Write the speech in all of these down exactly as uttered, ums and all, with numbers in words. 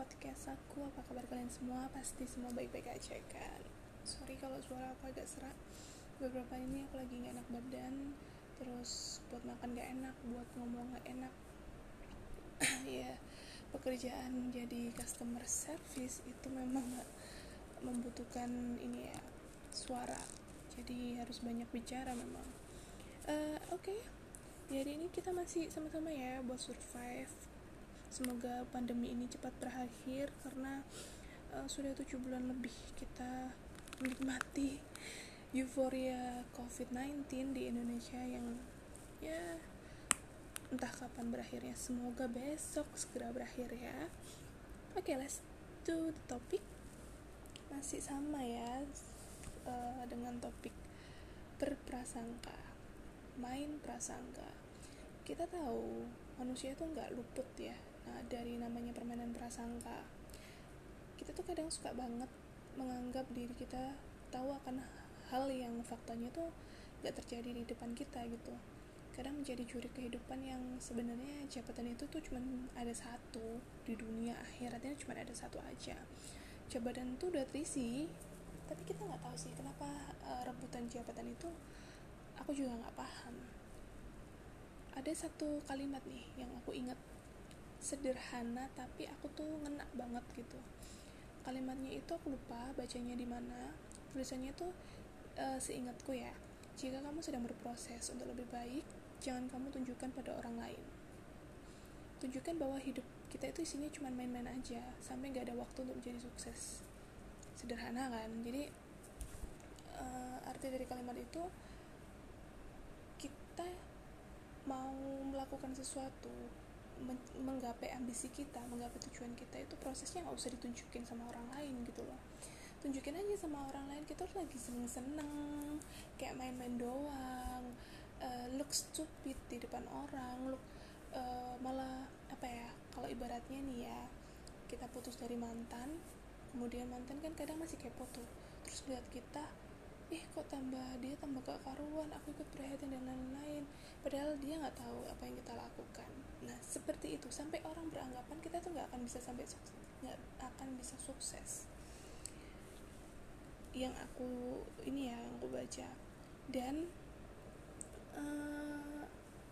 podcast aku. Apa kabar kalian semua? Pasti semua baik-baik aja kan. Sorry kalau suara aku agak serak. Beberapa ini aku lagi gak enak badan. Terus buat makan gak enak, buat ngomong gak enak. Ya, pekerjaan jadi customer service itu memang gak membutuhkan ini ya, suara. Jadi harus banyak bicara memang. uh, Oke, okay. Jadi ini kita masih sama-sama ya buat survive. Semoga pandemi ini cepat berakhir karena uh, sudah tujuh bulan lebih kita menikmati euforia covid sembilan belas di Indonesia yang ya entah kapan berakhirnya. Semoga besok segera berakhir ya. Oke, okay, let's do the topic. Masih sama ya uh, dengan topik berprasangka, main prasangka. Kita tahu manusia tuh nggak luput ya nah, dari namanya permainan prasangka. Kita tuh kadang suka banget menganggap diri kita tahu akan hal yang faktanya tuh nggak terjadi di depan kita gitu. Kadang menjadi curi kehidupan yang sebenarnya jabatan itu tuh cuma ada satu di dunia, akhiratnya cuma ada satu aja. Jabatan tuh udah terisi, tapi kita nggak tahu sih kenapa uh, rebutan jabatan itu. Aku juga nggak paham. Ada satu kalimat nih yang aku ingat, sederhana tapi aku tuh ngena banget gitu. Kalimatnya itu aku lupa bacanya di mana. Tulisannya tuh uh, seingatku ya, jika kamu sedang berproses untuk lebih baik, jangan kamu tunjukkan pada orang lain. Tunjukkan bahwa hidup kita itu isinya cuma main-main aja, sampai gak ada waktu untuk menjadi sukses. Sederhana kan? Jadi uh, arti dari kalimat itu, kita mau melakukan sesuatu, men- menggapai ambisi kita, menggapai tujuan kita, itu prosesnya gak usah ditunjukin sama orang lain gitu loh. Tunjukin aja sama orang lain kita tuh lagi seneng-seneng, kayak main-main doang, uh, look stupid di depan orang, look uh, malah apa ya, kalau ibaratnya nih ya, kita putus dari mantan, kemudian mantan kan kadang masih kepo tuh, terus lihat kita, eh kok tambah dia tambah gak karuan, aku ikut perhatian dan lain-lain, padahal dia nggak tahu apa yang kita lakukan. Nah seperti itu, sampai orang beranggapan kita tuh nggak akan bisa sampai nggak akan bisa sukses. Yang aku ini ya yang aku baca, dan uh,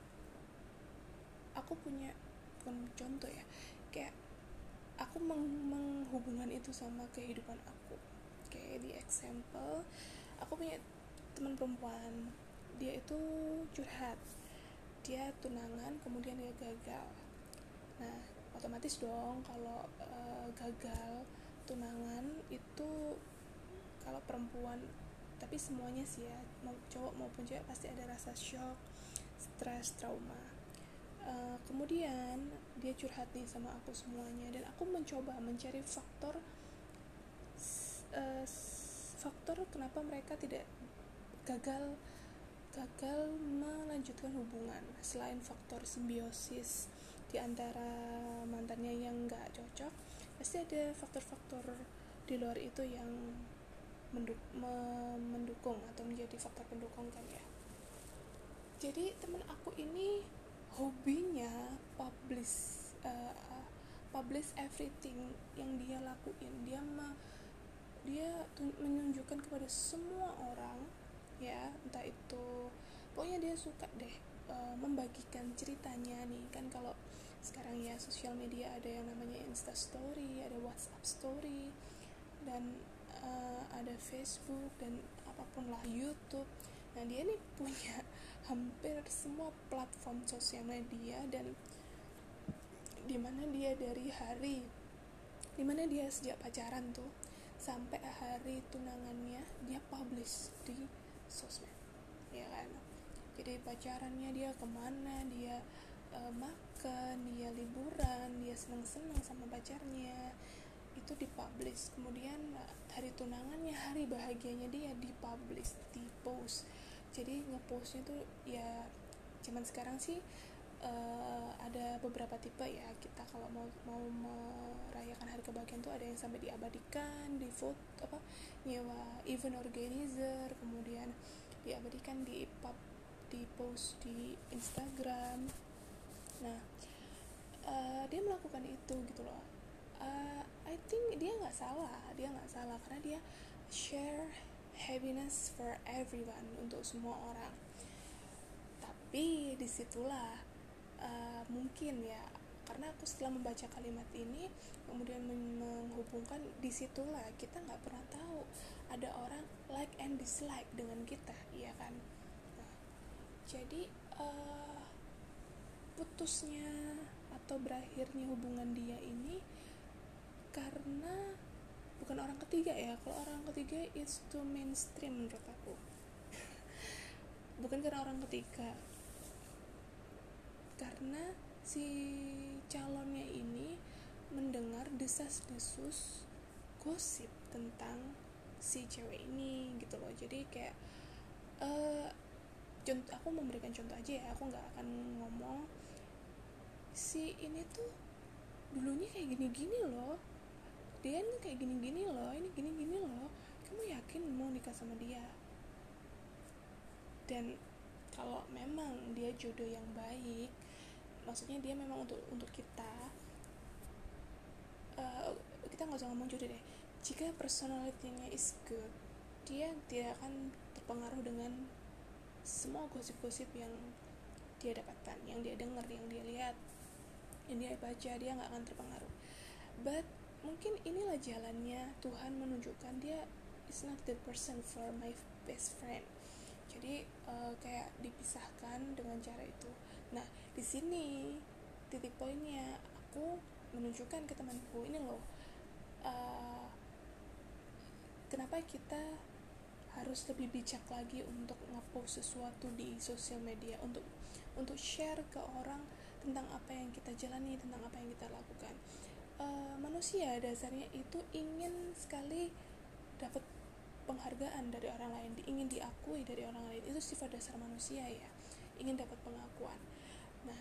aku punya bukan contoh ya, kayak aku meng- menghubungkan itu sama kehidupan aku. Kayak di example, aku punya teman perempuan, dia itu curhat, dia tunangan kemudian dia gagal. Nah otomatis dong kalau uh, gagal tunangan itu, kalau perempuan, tapi semuanya sih ya, mau cowok maupun cewek pasti ada rasa shock, stres, trauma. Uh, kemudian dia curhat nih sama aku semuanya, dan aku mencoba mencari faktor uh, faktor kenapa mereka tidak gagal gagal melanjutkan hubungan. Selain faktor simbiosis di antara mantannya yang nggak cocok, pasti ada faktor-faktor di luar itu yang menduk- mendukung atau menjadi faktor pendukung kan ya. Jadi teman aku ini hobinya publish uh, publish everything yang dia lakuin. Dia ma- dia tun- menunjukkan kepada semua orang ya, entah itu pokoknya dia suka deh uh, membagikan ceritanya nih kan. Kalau sekarang ya sosial media ada yang namanya Insta Story, ada WhatsApp Story, dan uh, ada Facebook dan apapun lah, YouTube. Nah dia nih punya hampir semua platform sosial media, dan dimana dia dari hari dimana dia sejak pacaran tuh sampai hari tunangannya dia publish di sosmed ya kan. Jadi pacarannya dia kemana, dia uh, makan, dia liburan, dia senang-senang sama pacarnya, itu dipublish. Kemudian hari tunangannya, hari bahagianya dia dipublish, dipost. Jadi ngepostnya tuh ya zaman sekarang sih uh, ada beberapa tipe ya. Kita kalau mau mau merayakan hari kebahagiaan tuh ada yang sampai diabadikan di foto apa, nyewa event organizer, kemudian diabadikan di pub, di post di Instagram. Nah uh, dia melakukan itu gitu loh. uh, I think dia nggak salah dia nggak salah karena dia share happiness for everyone, untuk semua orang. Tapi disitulah uh, mungkin ya, karena aku setelah membaca kalimat ini kemudian menghubungkan, disitulah kita nggak pernah tahu ada orang like and dislike dengan kita, iya kan. Nah, jadi uh, putusnya atau berakhirnya hubungan dia ini karena bukan orang ketiga ya. Kalau orang ketiga it's too mainstream menurut aku. Bukan karena orang ketiga, karena si calonnya ini mendengar desas-desus gosip tentang si cewek ini gitu loh. Jadi kayak uh, contoh, aku memberikan contoh aja ya, aku nggak akan ngomong si ini tuh dulunya kayak gini-gini loh, dia ini kayak gini-gini loh, ini gini-gini loh, kamu yakin mau nikah sama dia? Dan kalau memang dia jodoh yang baik, maksudnya dia memang untuk untuk kita, uh, kita nggak usah ngomong jodoh deh, jika personality-nya is good, dia tidak akan terpengaruh dengan semua gosip-gosip yang dia dapatkan, yang dia dengar, yang dia lihat, yang dia baca. Dia nggak akan terpengaruh. But mungkin inilah jalannya Tuhan menunjukkan dia is not the person for my best friend. Jadi uh, kayak dipisahkan dengan cara itu. Nah, di sini titik poinnya, aku menunjukkan ke temanku ini loh, uh, kenapa kita harus lebih bijak lagi untuk ngepost sesuatu di sosial media, untuk untuk share ke orang tentang apa yang kita jalani, tentang apa yang kita lakukan. Uh, manusia dasarnya itu ingin sekali dapat penghargaan dari orang lain, ingin diakui dari orang lain. Itu sifat dasar manusia ya, ingin dapat pengakuan. Nah,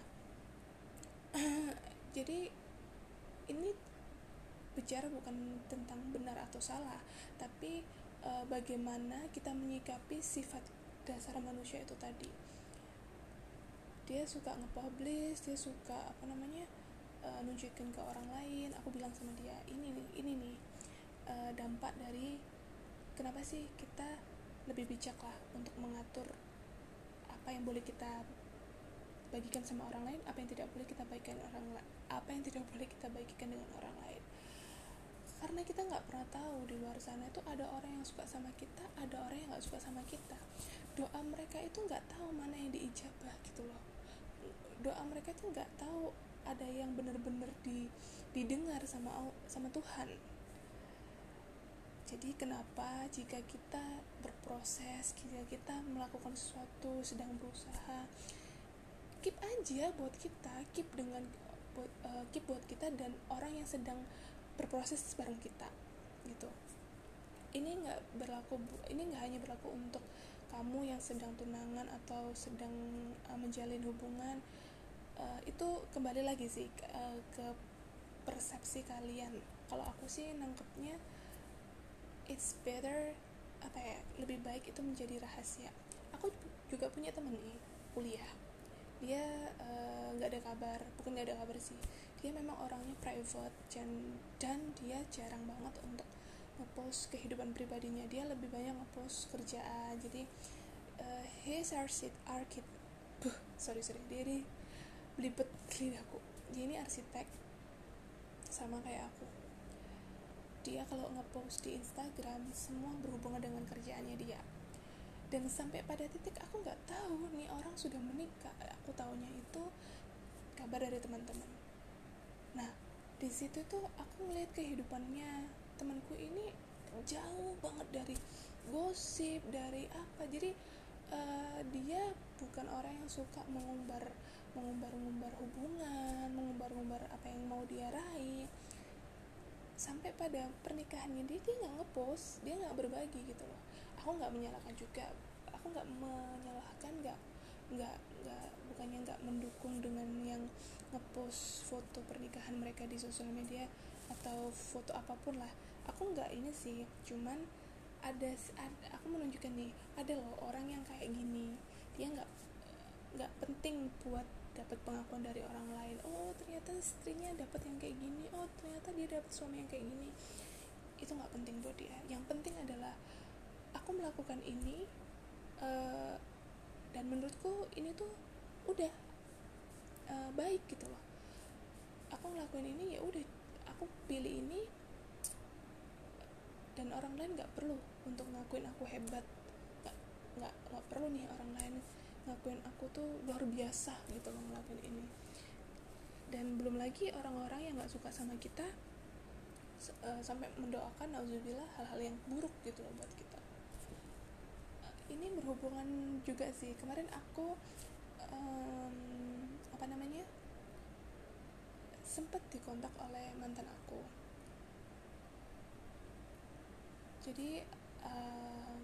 jadi ini bicara bukan tentang benar atau salah, tapi e, bagaimana kita menyikapi sifat dasar manusia itu tadi. Dia suka nge-publish, dia suka apa namanya e, nunjukin ke orang lain. Aku bilang sama dia, ini nih, ini nih e, dampak dari kenapa sih kita lebih bijak lah untuk mengatur apa yang boleh kita bagikan sama orang lain, apa yang tidak boleh kita bagikan orang lain, apa yang tidak boleh kita bagikan dengan orang lain. Karena kita nggak pernah tahu di luar sana itu ada orang yang suka sama kita, ada orang yang nggak suka sama kita. Doa mereka itu nggak tahu mana yang diijabah gitu loh. Doa mereka itu nggak tahu ada yang benar-benar di, didengar sama sama Tuhan. Jadi kenapa jika kita berproses, jika kita melakukan sesuatu, sedang berusaha, keep aja buat kita, keep dengan buat, uh, keep buat kita dan orang yang sedang berproses bareng kita, gitu. Ini nggak berlaku, ini nggak hanya berlaku untuk kamu yang sedang tunangan atau sedang uh, menjalin hubungan. Uh, itu kembali lagi sih uh, ke persepsi kalian. Kalau aku sih nangkepnya, it's better, apa ya, lebih baik itu menjadi rahasia. Aku juga punya temen nih kuliah, dia nggak uh, ada kabar, bukan nggak ada kabar sih, dia memang orangnya private dan dan dia jarang banget untuk ngepost kehidupan pribadinya. Dia lebih banyak ngepost kerjaan. Jadi uh, he's arsitek arkit Buh, sorry sorry dia di belibet lidahku. Dia ini arsitek sama kayak aku. Dia kalau ngepost di Instagram semua berhubungan dengan kerjaannya dia. Dan sampai pada titik aku nggak tahu nih orang sudah menikah. Aku taunya itu kabar dari teman-teman. Nah, di situ tuh aku ngeliat kehidupannya temanku ini jauh banget dari gosip, dari apa. Jadi uh, dia bukan orang yang suka mengumbar mengumbar-ngumbar hubungan, mengumbar-ngumbar apa yang mau dia raih. Sampai pada pernikahannya dia dia nggak ngepost, dia nggak berbagi gitu loh. Aku nggak menyalahkan juga, aku nggak menyalahkan, nggak nggak nggak bukannya nggak mendukung dengan yang ngepost foto pernikahan mereka di sosial media atau foto apapun lah. Aku nggak ini sih, cuman ada, ada aku menunjukkan nih, ada loh orang yang kayak gini, dia nggak nggak penting buat dapat pengakuan dari orang lain, oh ternyata istrinya dapat yang kayak gini, oh ternyata dia dapat suami yang kayak gini. Itu nggak penting buat dia. Yang penting adalah aku melakukan ini, uh, dan menurutku ini tuh udah uh, baik gitu loh. Aku ngelakuin ini, ya udah, aku pilih ini, dan orang lain nggak perlu untuk ngakuin aku hebat, nggak nggak nggak perlu nih orang lain ngakuin aku tuh luar biasa gitu loh ngelakuin ini. Dan belum lagi orang-orang yang nggak suka sama kita uh, sampai mendoakan nauzubillah hal-hal yang buruk gitu loh buat kita. Uh, ini berhubungan juga sih, kemarin aku um, apa namanya sempat dikontak oleh mantan aku. Jadi um,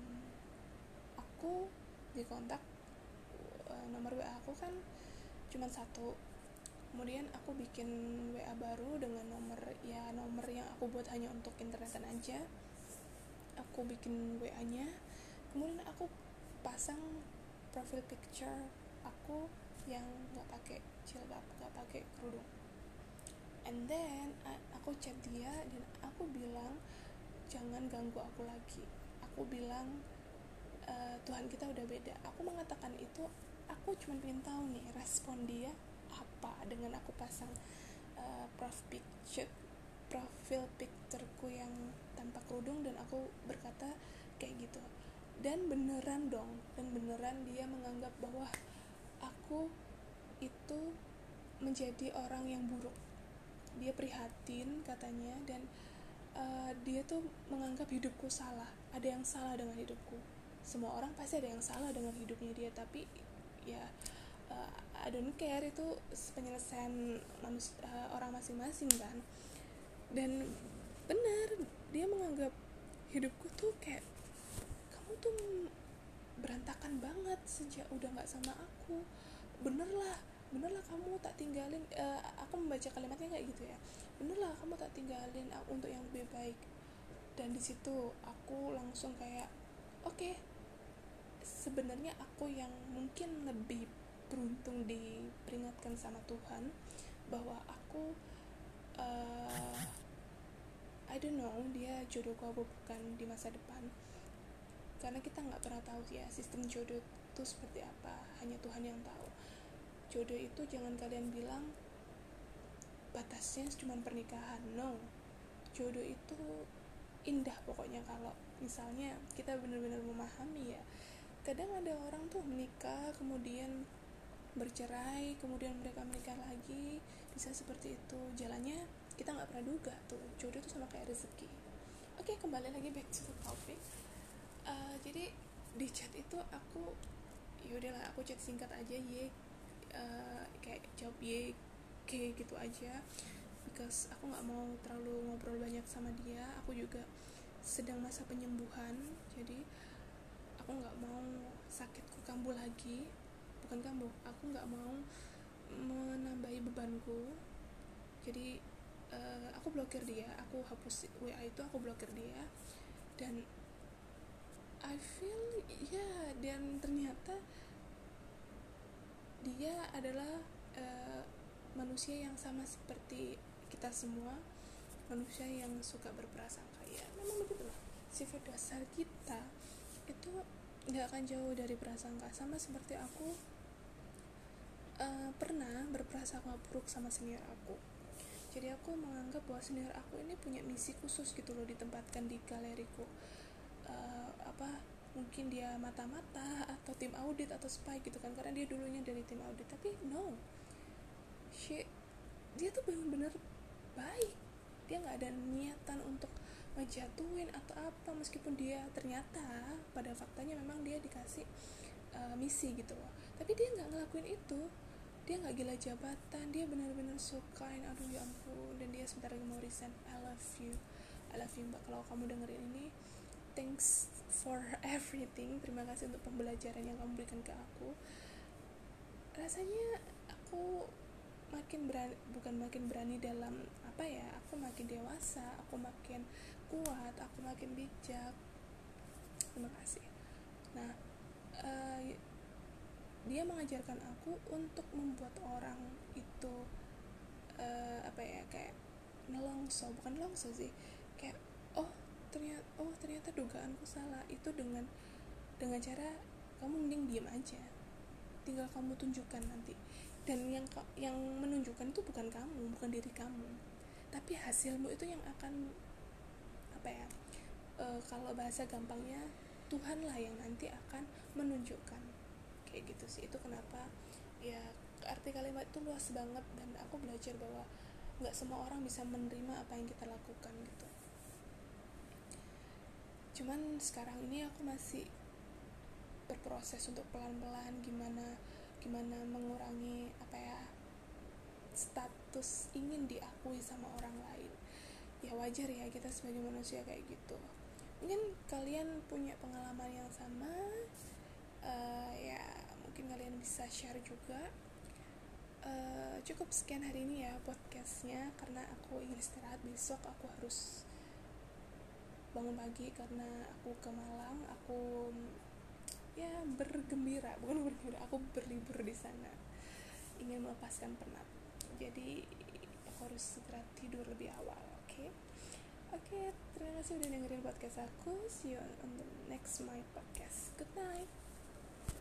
aku dikontak, uh, nomor W A aku kan cuma satu. Kemudian aku bikin W A baru dengan nomor, ya nomor yang aku buat hanya untuk internetan aja. Aku bikin W A-nya, kemudian aku pasang profile picture aku yang nggak pakai jilbab, nggak pakai kerudung. And then aku chat dia dan aku bilang jangan ganggu aku lagi. Aku bilang e, Tuhan kita udah beda. Aku mengatakan itu, aku cuma pengen tahu nih respon dia apa dengan aku pasang uh, profile picture profile pictureku yang tanpa kerudung dan aku berkata kayak gitu. Dan beneran dong, dan beneran dia menganggap bahwa aku itu menjadi orang yang buruk. Dia prihatin katanya, dan uh, dia tuh menganggap hidupku salah, ada yang salah dengan hidupku. Semua orang pasti ada yang salah dengan hidupnya dia, tapi ya uh, I don't care, itu penyelesaian manus- uh, orang masing-masing kan. Dan benar, dia menganggap hidupku tuh kayak, kamu tuh berantakan banget sejak udah gak sama aku, bener lah bener lah kamu tak tinggalin, uh, aku membaca kalimatnya kayak gitu ya, bener lah kamu tak tinggalin untuk yang lebih baik. Dan di situ aku langsung kayak oke, okay, sebenarnya aku yang mungkin lebih beruntung diperingatkan sama Tuhan bahwa aku uh, I don't know dia jodohku apa bukan di masa depan, karena kita nggak pernah tahu ya sistem jodoh itu seperti apa, hanya Tuhan yang tahu. Jodoh itu jangan kalian bilang batasnya cuma pernikahan, no. Jodoh itu indah pokoknya kalau misalnya kita benar-benar memahami ya. Kadang ada orang tuh menikah kemudian bercerai, kemudian mereka menikah lagi, bisa seperti itu jalannya, kita nggak pernah duga tuh. Jodoh itu sama kayak rezeki. Oke, kembali lagi back to the topic. Uh, jadi di chat itu aku yaudahlah, aku chat singkat aja, ye uh, kayak jawab ye ke gitu aja, because aku nggak mau terlalu ngobrol banyak sama dia. Aku juga sedang masa penyembuhan, jadi aku nggak mau sakitku kambuh lagi, bukan kambuh, aku nggak mau menambahi bebanku. Jadi uh, aku blokir dia, aku hapus W A itu, aku blokir dia. Dan I feel ya yeah, dan ternyata dia adalah uh, manusia yang sama seperti kita semua, manusia yang suka berprasangka. Ya memang begitulah, sifat dasar kita itu nggak akan jauh dari prasangka. Sama seperti aku uh, pernah berprasangka buruk sama senior aku. Jadi aku menganggap bahwa senior aku ini punya misi khusus gitu loh, ditempatkan di galeriku. Uh, apa mungkin dia mata-mata atau tim audit atau spy gitu kan, karena dia dulunya dari tim audit. Tapi no, she, dia tuh benar-benar baik, dia nggak ada niatan untuk ngejatuhin atau apa, meskipun dia ternyata pada faktanya memang dia dikasih uh, misi gitu loh, tapi dia nggak ngelakuin itu. Dia nggak gila jabatan, dia benar-benar so kind, aduh ya ampun. Dan dia sebentar lagi mau resign. I love you, I love you mbak, kalau kamu dengerin ini, thanks for everything, terima kasih untuk pembelajaran yang kamu berikan ke aku. Rasanya aku makin berani, bukan makin berani dalam apa ya, aku makin dewasa, aku makin kuat, aku makin bijak. Terima kasih. Nah uh, dia mengajarkan aku untuk membuat orang itu uh, apa ya, kayak nelongso, bukan nelongso sih, kayak oh ternyata oh ternyata dugaanku salah. Itu dengan dengan cara kamu mending diam aja, tinggal kamu tunjukkan nanti. Dan yang yang menunjukkan itu bukan kamu, bukan diri kamu, tapi hasilmu itu yang akan apa ya, e, kalau bahasa gampangnya Tuhan lah yang nanti akan menunjukkan, kayak gitu sih. Itu kenapa ya arti kalimat itu luas banget, dan aku belajar bahwa nggak semua orang bisa menerima apa yang kita lakukan gitu. Cuman sekarang ini aku masih berproses untuk pelan-pelan gimana gimana mengurangi apa ya, status ingin diakui sama orang lain. Ya wajar ya, kita sebagai manusia kayak gitu. Mungkin kalian punya pengalaman yang sama, uh, ya mungkin kalian bisa share juga. Uh, cukup sekian hari ini ya podcastnya, karena aku ingin istirahat. Besok aku harus bangun pagi karena aku ke Malang. Aku ya bergembira, bukan bergembira, aku berlibur di sana, ingin melepaskan penat. Jadi aku harus segera tidur lebih awal. Oke, okay? oke, okay, terima kasih udah dengerin podcast aku. See you on the next my podcast. Good night.